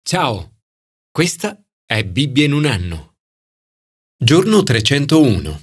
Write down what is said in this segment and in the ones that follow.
Ciao, questa è Bibbia in un anno. Giorno 301.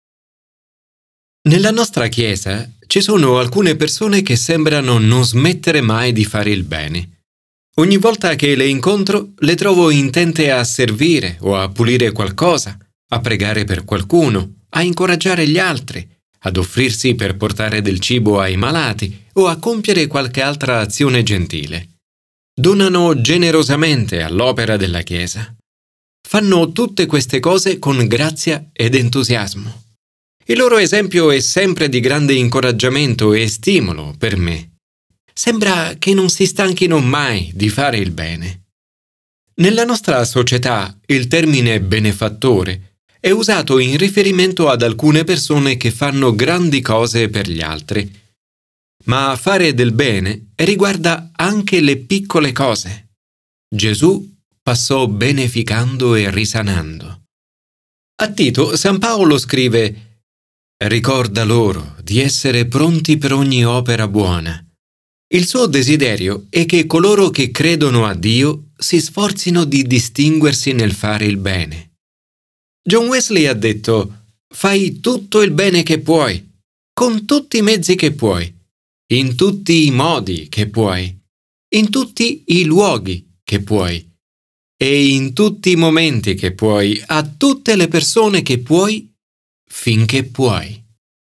Nella nostra Chiesa ci sono alcune persone che sembrano non smettere mai di fare il bene. Ogni volta che le incontro, le trovo intente a servire o a pulire qualcosa, a pregare per qualcuno, a incoraggiare gli altri, ad offrirsi per portare del cibo ai malati o a compiere qualche altra azione gentile. Donano generosamente all'opera della Chiesa. Fanno tutte queste cose con grazia ed entusiasmo. Il loro esempio è sempre di grande incoraggiamento e stimolo per me. Sembra che non si stanchino mai di fare il bene. Nella nostra società il termine benefattore è usato in riferimento ad alcune persone che fanno grandi cose per gli altri. Ma fare del bene riguarda anche le piccole cose. Gesù passò beneficando e risanando. A Tito, San Paolo scrive: «Ricorda loro di essere pronti per ogni opera buona». Il suo desiderio è che coloro che credono a Dio si sforzino di distinguersi nel fare il bene. John Wesley ha detto: «Fai tutto il bene che puoi, con tutti i mezzi che puoi, in tutti i modi che puoi, in tutti i luoghi che puoi e in tutti i momenti che puoi, a tutte le persone che puoi, finché puoi».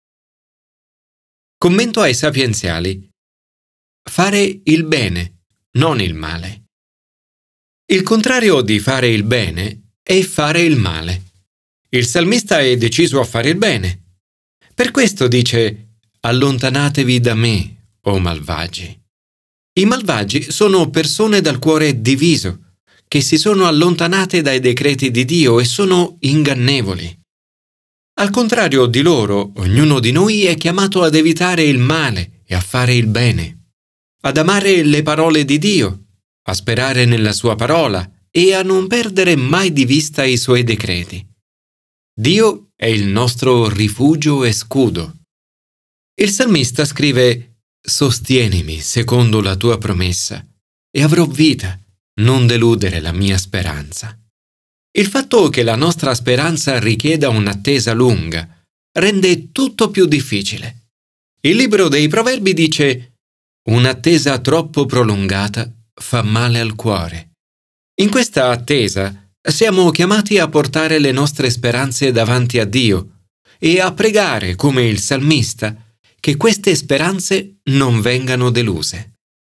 Commento ai sapienziali. Fare il bene, non il male. Il contrario di fare il bene è fare il male. Il salmista è deciso a fare il bene. Per questo dice: «Allontanatevi da me, o malvagi». I malvagi sono persone dal cuore diviso, che si sono allontanate dai decreti di Dio e sono ingannevoli. Al contrario di loro, ognuno di noi è chiamato ad evitare il male e a fare il bene, ad amare le parole di Dio, a sperare nella sua parola e a non perdere mai di vista i suoi decreti. Dio è il nostro rifugio e scudo. Il salmista scrive: «Sostienimi secondo la tua promessa e avrò vita, non deludere la mia speranza». Il fatto che la nostra speranza richieda un'attesa lunga rende tutto più difficile. Il libro dei Proverbi dice: «Un'attesa troppo prolungata fa male al cuore». In questa attesa siamo chiamati a portare le nostre speranze davanti a Dio e a pregare come il salmista che queste speranze non vengano deluse.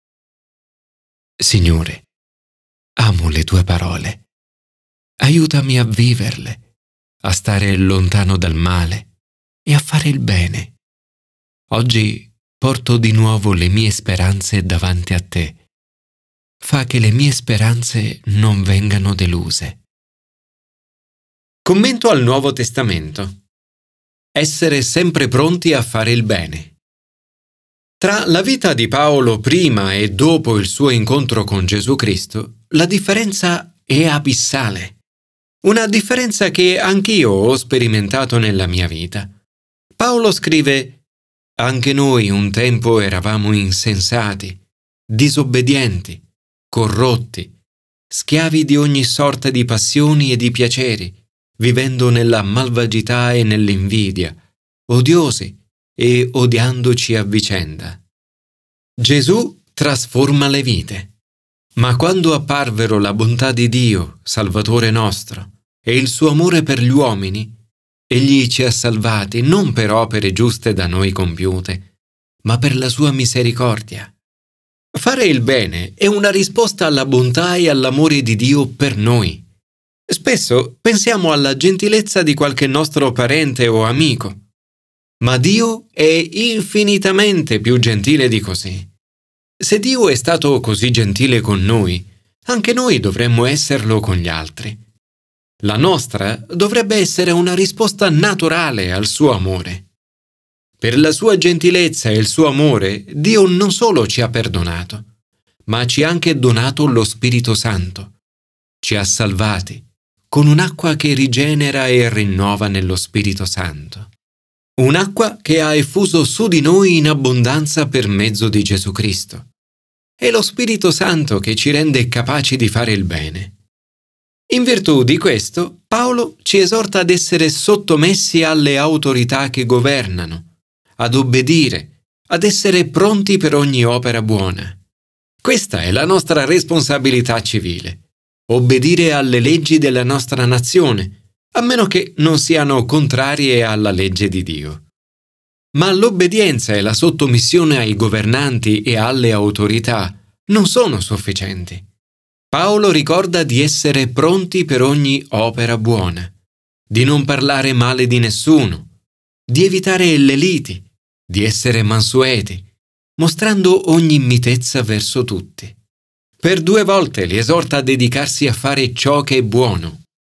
Signore, amo le tue parole. Aiutami a viverle, a stare lontano dal male e a fare il bene. Oggi porto di nuovo le mie speranze davanti a te. Fa che le mie speranze non vengano deluse. Commento al Nuovo Testamento. Essere sempre pronti a fare il bene. Tra la vita di Paolo prima e dopo il suo incontro con Gesù Cristo, la differenza è abissale. Una differenza che anch'io ho sperimentato nella mia vita. Paolo scrive: «Anche noi un tempo eravamo insensati, disobbedienti, corrotti, schiavi di ogni sorta di passioni e di piaceri, vivendo nella malvagità e nell'invidia, odiosi e odiandoci a vicenda». Gesù trasforma le vite. Ma quando apparvero la bontà di Dio, Salvatore nostro, e il suo amore per gli uomini, Egli ci ha salvati non per opere giuste da noi compiute, ma per la sua misericordia. Fare il bene è una risposta alla bontà e all'amore di Dio per noi. Spesso pensiamo alla gentilezza di qualche nostro parente o amico, ma Dio è infinitamente più gentile di così. Se Dio è stato così gentile con noi, anche noi dovremmo esserlo con gli altri. La nostra dovrebbe essere una risposta naturale al suo amore. Per la sua gentilezza e il suo amore, Dio non solo ci ha perdonato, ma ci ha anche donato lo Spirito Santo. Ci ha salvati con un'acqua che rigenera e rinnova nello Spirito Santo. Un'acqua che ha effuso su di noi in abbondanza per mezzo di Gesù Cristo. è lo Spirito Santo che ci rende capaci di fare il bene. In virtù di questo, Paolo ci esorta ad essere sottomessi alle autorità che governano, ad obbedire, ad essere pronti per ogni opera buona. Questa è la nostra responsabilità civile, obbedire alle leggi della nostra nazione, a meno che non siano contrarie alla legge di Dio. Ma l'obbedienza e la sottomissione ai governanti e alle autorità non sono sufficienti. Paolo ricorda di essere pronti per ogni opera buona, di non parlare male di nessuno, di evitare le liti, di essere mansueti, mostrando ogni mitezza verso tutti. Per 2 volte li esorta a dedicarsi a fare ciò che è buono.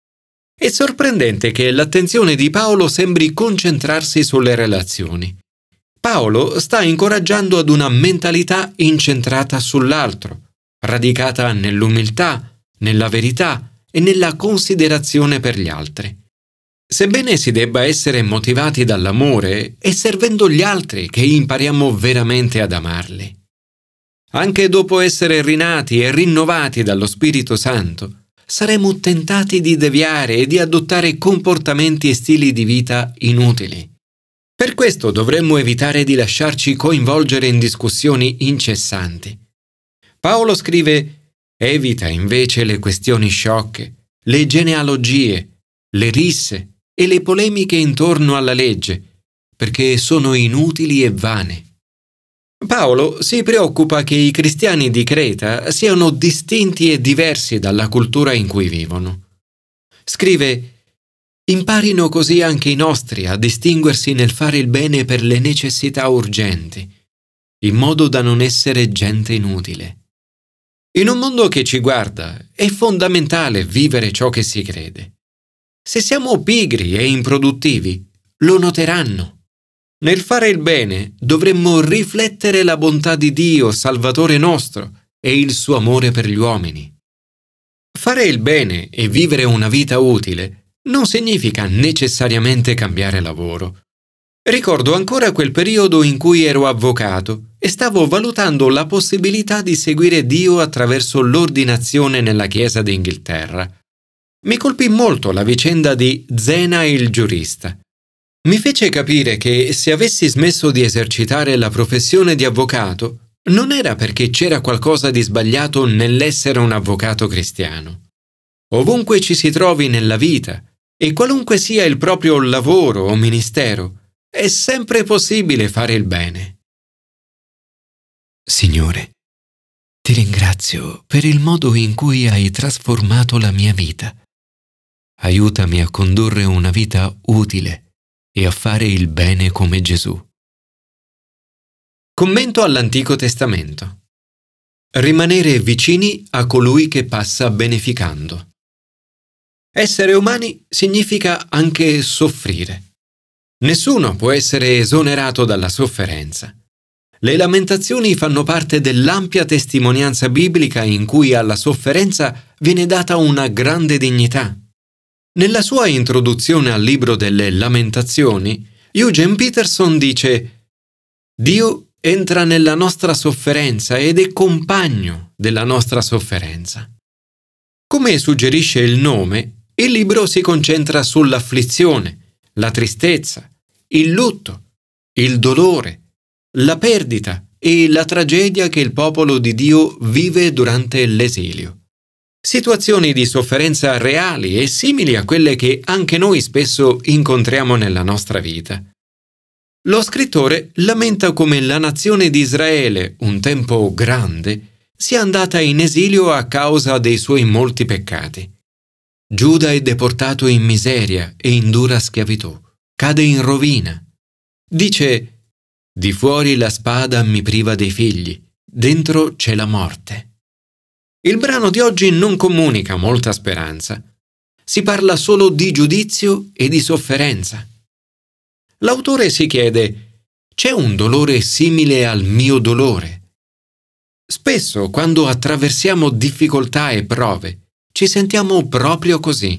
È sorprendente che l'attenzione di Paolo sembri concentrarsi sulle relazioni. Paolo sta incoraggiando ad una mentalità incentrata sull'altro, radicata nell'umiltà, nella verità e nella considerazione per gli altri. Sebbene si debba essere motivati dall'amore, è servendo gli altri che impariamo veramente ad amarli. Anche dopo essere rinati e rinnovati dallo Spirito Santo, saremo tentati di deviare e di adottare comportamenti e stili di vita inutili. Per questo dovremmo evitare di lasciarci coinvolgere in discussioni incessanti. Paolo scrive: evita invece le questioni sciocche, le genealogie, le risse e le polemiche intorno alla legge, perché sono inutili e vane. Paolo si preoccupa che i cristiani di Creta siano distinti e diversi dalla cultura in cui vivono. Scrive: imparino così anche i nostri a distinguersi nel fare il bene per le necessità urgenti, in modo da non essere gente inutile. In un mondo che ci guarda, è fondamentale vivere ciò che si crede. Se siamo pigri e improduttivi, lo noteranno. Nel fare il bene dovremmo riflettere la bontà di Dio, Salvatore nostro, e il suo amore per gli uomini. Fare il bene e vivere una vita utile non significa necessariamente cambiare lavoro. Ricordo ancora quel periodo in cui ero avvocato e stavo valutando la possibilità di seguire Dio attraverso l'ordinazione nella Chiesa d'Inghilterra. Mi colpì molto la vicenda di Zena il giurista. Mi fece capire che se avessi smesso di esercitare la professione di avvocato, non era perché c'era qualcosa di sbagliato nell'essere un avvocato cristiano. Ovunque ci si trovi nella vita, e qualunque sia il proprio lavoro o ministero, è sempre possibile fare il bene. Signore, ti ringrazio per il modo in cui hai trasformato la mia vita. Aiutami a condurre una vita utile e a fare il bene come Gesù. Commento all'Antico Testamento. Rimanere vicini a colui che passa beneficando. Essere umani significa anche soffrire. Nessuno può essere esonerato dalla sofferenza. Le lamentazioni fanno parte dell'ampia testimonianza biblica in cui alla sofferenza viene data una grande dignità. Nella sua introduzione al libro delle Lamentazioni, Eugene Peterson dice: Dio entra nella nostra sofferenza ed è compagno della nostra sofferenza. Come suggerisce il nome, il libro si concentra sull'afflizione, la tristezza, il lutto, il dolore, la perdita e la tragedia che il popolo di Dio vive durante l'esilio. Situazioni di sofferenza reali e simili a quelle che anche noi spesso incontriamo nella nostra vita. Lo scrittore lamenta come la nazione di Israele, un tempo grande, sia andata in esilio a causa dei suoi molti peccati. Giuda è deportato in miseria e in dura schiavitù. Cade in rovina. Dice: di fuori la spada mi priva dei figli, dentro c'è la morte. Il brano di oggi non comunica molta speranza. Si parla solo di giudizio e di sofferenza. L'autore si chiede: c'è un dolore simile al mio dolore? Spesso, quando attraversiamo difficoltà e prove, ci sentiamo proprio così.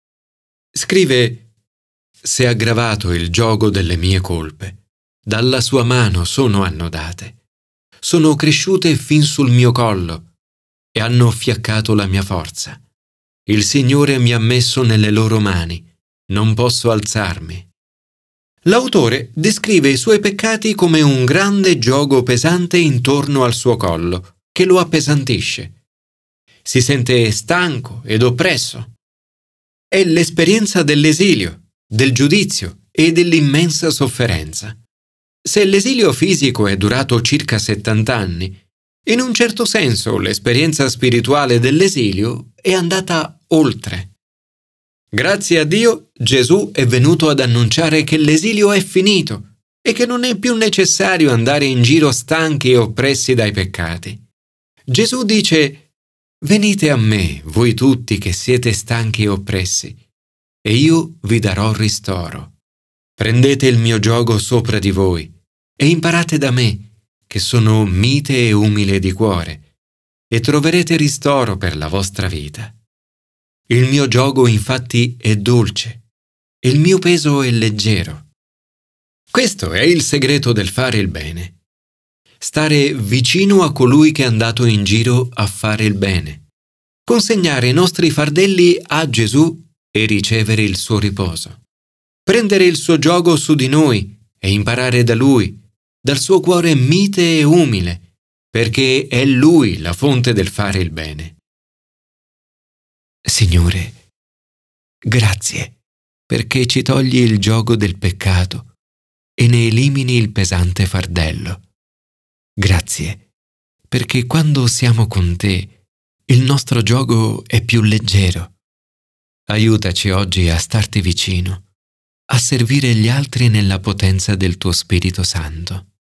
Scrive: «S'è aggravato il giogo delle mie colpe, dalla sua mano sono annodate. sono cresciute fin sul mio collo e hanno fiaccato la mia forza. Il Signore mi ha messo nelle loro mani, non posso alzarmi. L'autore descrive i suoi peccati come un grande giogo pesante intorno al suo collo, che lo appesantisce. Si sente stanco ed oppresso. È l'esperienza dell'esilio, del giudizio e dell'immensa sofferenza. Se l'esilio fisico è durato circa 70 anni, in un certo senso l'esperienza spirituale dell'esilio è andata oltre. Grazie a Dio, Gesù è venuto ad annunciare che l'esilio è finito e che non è più necessario andare in giro stanchi e oppressi dai peccati. Gesù dice: «Venite a me, voi tutti che siete stanchi e oppressi, e io vi darò ristoro. Prendete il mio giogo sopra di voi e imparate da me, che sono mite e umile di cuore, e troverete ristoro per la vostra vita. Il mio giogo infatti è dolce e il mio peso è leggero». Questo è il segreto del fare il bene. Stare vicino a colui che è andato in giro a fare il bene. Consegnare i nostri fardelli a Gesù e ricevere il suo riposo. Prendere il suo giogo su di noi e imparare da Lui, dal suo cuore mite e umile, perché è Lui la fonte del fare il bene. Signore, grazie perché ci togli il giogo del peccato e ne elimini il pesante fardello. Grazie perché quando siamo con te il nostro giogo è più leggero. Aiutaci oggi a starti vicino, a servire gli altri nella potenza del tuo Spirito Santo.